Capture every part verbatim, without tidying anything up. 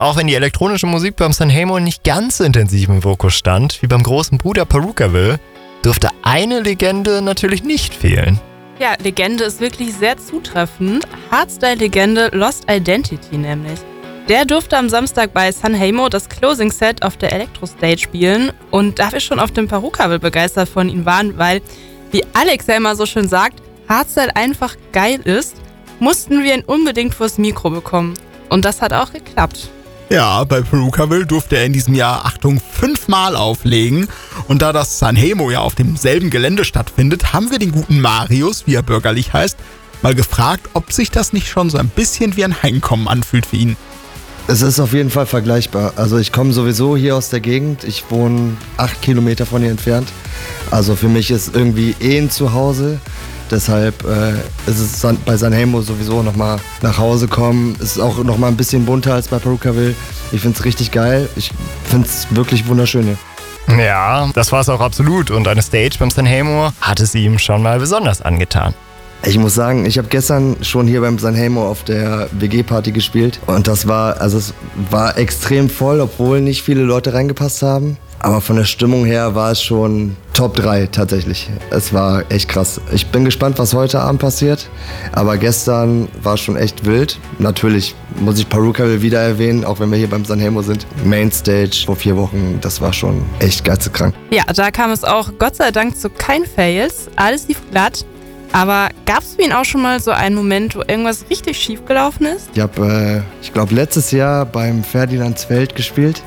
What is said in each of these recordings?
Auch wenn die elektronische Musik beim Sanremo nicht ganz so intensiv im Fokus stand wie beim großen Bruder Purukaville, durfte eine Legende natürlich nicht fehlen. Ja, Legende ist wirklich sehr zutreffend. Hardstyle-Legende Lost Identity nämlich. Der durfte am Samstag bei Sanremo das Closing Set auf der Electro-Stage spielen. Und da wir schon auf dem Purukaville begeistert von ihm waren, weil, wie Alex ja immer so schön sagt, Hardstyle einfach geil ist, mussten wir ihn unbedingt vors Mikro bekommen. Und das hat auch geklappt. Ja, bei Purukaville durfte er in diesem Jahr, Achtung, fünfmal auflegen. Und da das Sanremo ja auf demselben Gelände stattfindet, haben wir den guten Marius, wie er bürgerlich heißt, mal gefragt, ob sich das nicht schon so ein bisschen wie ein Heimkommen anfühlt für ihn. Es ist auf jeden Fall vergleichbar. Also ich komme sowieso hier aus der Gegend. Ich wohne acht Kilometer von hier entfernt. Also für mich ist irgendwie eh ein Zuhause. Deshalb äh, ist es bei Sanremo sowieso nochmal nach Hause kommen. Es ist auch nochmal ein bisschen bunter als bei Purukaville. Ich finde es richtig geil. Ich finde es wirklich wunderschön hier. Ja, das war es auch absolut. Und eine Stage beim Sanremo hat es ihm schon mal besonders angetan. Ich muss sagen, ich habe gestern schon hier beim Sanremo auf der W G-Party gespielt. Und das war, also es war extrem voll, obwohl nicht viele Leute reingepasst haben. Aber von der Stimmung her war es schon Top drei tatsächlich. Es war echt krass. Ich bin gespannt, was heute Abend passiert. Aber gestern war es schon echt wild. Natürlich muss ich Purukaville wieder erwähnen, auch wenn wir hier beim Sanremo sind. Mainstage vor vier Wochen, das war schon echt geisteskrank. Ja, da kam es auch Gott sei Dank zu keinen Fails. Alles lief glatt. Aber gab es für ihn auch schon mal so einen Moment, wo irgendwas richtig schief gelaufen ist? Ich habe, äh, ich glaube, letztes Jahr beim Ferdinandsfeld gespielt.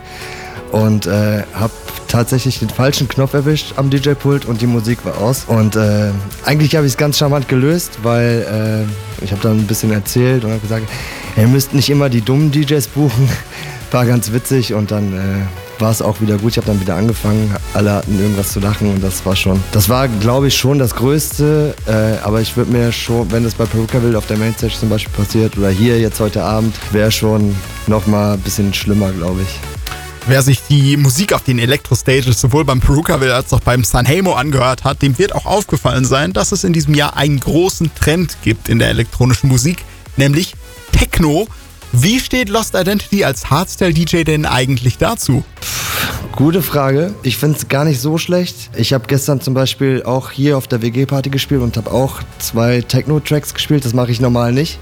Und äh, habe tatsächlich den falschen Knopf erwischt am D J-Pult und die Musik war aus. Und äh, eigentlich habe ich es ganz charmant gelöst, weil äh, ich habe dann ein bisschen erzählt und habe gesagt, ihr müsst nicht immer die dummen D Js buchen. War ganz witzig und dann äh, war es auch wieder gut. Ich habe dann wieder angefangen, alle hatten irgendwas zu lachen und das war schon, das war, glaube ich, schon das Größte. Äh, aber ich würde mir schon, wenn das bei Purukaville auf der Mainstage zum Beispiel passiert oder hier jetzt heute Abend, wäre schon nochmal ein bisschen schlimmer, glaube ich. Wer sich die Musik auf den Elektro-Stages sowohl beim Purukaville als auch beim Sanremo angehört hat, dem wird auch aufgefallen sein, dass es in diesem Jahr einen großen Trend gibt in der elektronischen Musik, nämlich Techno. Wie steht Lost Identity als Hardstyle-D J denn eigentlich dazu? Gute Frage. Ich finde es gar nicht so schlecht. Ich habe gestern zum Beispiel auch hier auf der W G-Party gespielt und habe auch zwei Techno-Tracks gespielt. Das mache ich normal nicht.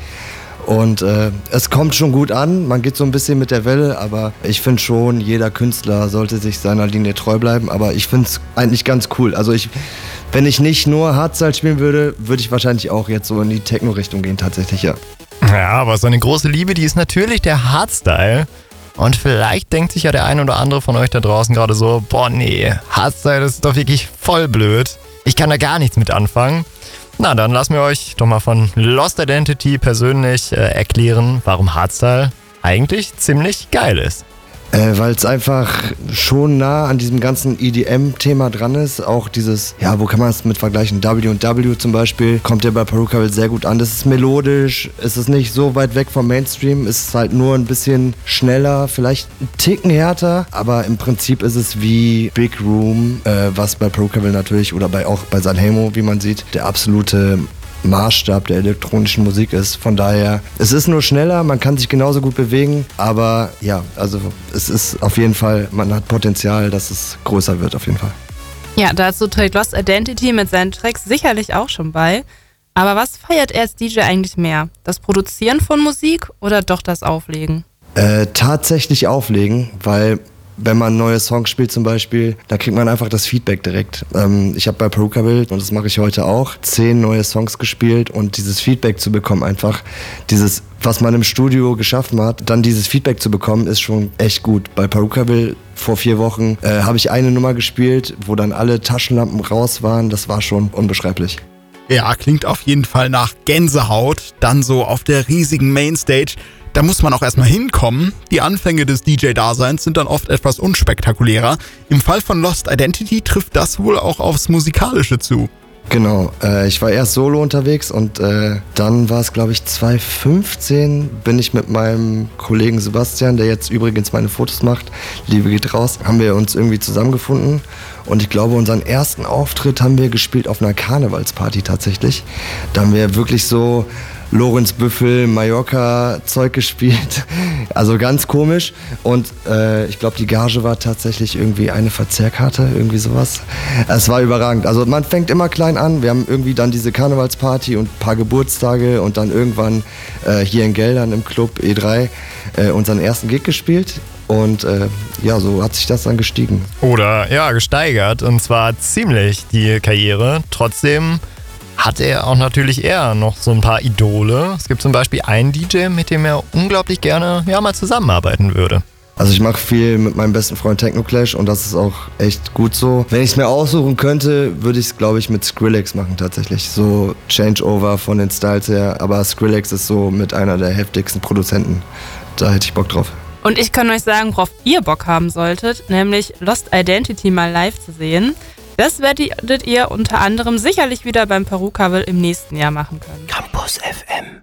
Und äh, es kommt schon gut an, man geht so ein bisschen mit der Welle, aber ich finde schon, jeder Künstler sollte sich seiner Linie treu bleiben, aber ich finde es eigentlich ganz cool. Also ich, wenn ich nicht nur Hardstyle spielen würde, würde ich wahrscheinlich auch jetzt so in die Techno-Richtung gehen, tatsächlich, ja. Ja, aber so eine große Liebe, die ist natürlich der Hardstyle. Und vielleicht denkt sich ja der ein oder andere von euch da draußen gerade so, boah nee, Hardstyle, das ist doch wirklich voll blöd. Ich kann da gar nichts mit anfangen. Na, dann lassen wir euch doch mal von Lost Identity persönlich äh, erklären, warum Hardstyle eigentlich ziemlich geil ist. Äh, weil es einfach schon nah an diesem ganzen E D M-Thema dran ist. Auch dieses, ja, wo kann man es mit vergleichen? W und W zum Beispiel, kommt ja bei Purukaville sehr gut an. Das ist melodisch, es ist nicht so weit weg vom Mainstream, es ist halt nur ein bisschen schneller, vielleicht ein Ticken härter, aber im Prinzip ist es wie Big Room, äh, was bei Purukaville natürlich oder bei, auch bei Sanremo, wie man sieht, der absolute Maßstab der elektronischen Musik ist. Von daher, es ist nur schneller, man kann sich genauso gut bewegen, aber ja, also es ist auf jeden Fall, man hat Potenzial, dass es größer wird auf jeden Fall. Ja, dazu trägt Lost Identity mit seinen Tracks sicherlich auch schon bei. Aber was feiert er als D J eigentlich mehr? Das Produzieren von Musik oder doch das Auflegen? Äh, tatsächlich auflegen, weil wenn man neue Songs spielt zum Beispiel, da kriegt man einfach das Feedback direkt. Ähm, ich habe bei Purukaville, und das mache ich heute auch, zehn neue Songs gespielt und dieses Feedback zu bekommen, einfach dieses, was man im Studio geschaffen hat, dann dieses Feedback zu bekommen, ist schon echt gut. Bei Purukaville vor vier Wochen äh, habe ich eine Nummer gespielt, wo dann alle Taschenlampen raus waren, das war schon unbeschreiblich. Ja, klingt auf jeden Fall nach Gänsehaut, dann so auf der riesigen Mainstage. Da muss man auch erstmal hinkommen. Die Anfänge des D J-Daseins sind dann oft etwas unspektakulärer. Im Fall von Lost Identity trifft das wohl auch aufs Musikalische zu. Genau, äh, ich war erst solo unterwegs und äh, dann war es, glaube ich, zwanzig fünfzehn bin ich mit meinem Kollegen Sebastian, der jetzt übrigens meine Fotos macht, Liebe geht raus, haben wir uns irgendwie zusammengefunden und ich glaube, unseren ersten Auftritt haben wir gespielt auf einer Karnevalsparty tatsächlich. Da haben wir wirklich so Lorenz Büffel, Mallorca-Zeug gespielt. Also ganz komisch. Und äh, ich glaube, die Gage war tatsächlich irgendwie eine Verzehrkarte, irgendwie sowas. Es war überragend. Also man fängt immer klein an. Wir haben irgendwie dann diese Karnevalsparty und ein paar Geburtstage und dann irgendwann äh, hier in Geldern im Club E drei äh, unseren ersten Gig gespielt. Und äh, ja, so hat sich das dann gestiegen. Oder ja, gesteigert. Und zwar ziemlich die Karriere. Trotzdem hat er auch natürlich eher noch so ein paar Idole. Es gibt zum Beispiel einen D J, mit dem er unglaublich gerne ja, mal zusammenarbeiten würde. Also ich mache viel mit meinem besten Freund Technoclash und das ist auch echt gut so. Wenn ich es mir aussuchen könnte, würde ich es, glaube ich, mit Skrillex machen tatsächlich. So Changeover von den Styles her. Aber Skrillex ist so mit einer der heftigsten Produzenten. Da hätte ich Bock drauf. Und ich kann euch sagen, worauf ihr Bock haben solltet, nämlich Lost Identity mal live zu sehen. Das werdet ihr unter anderem sicherlich wieder beim Perukaville im nächsten Jahr machen können. Campus F M.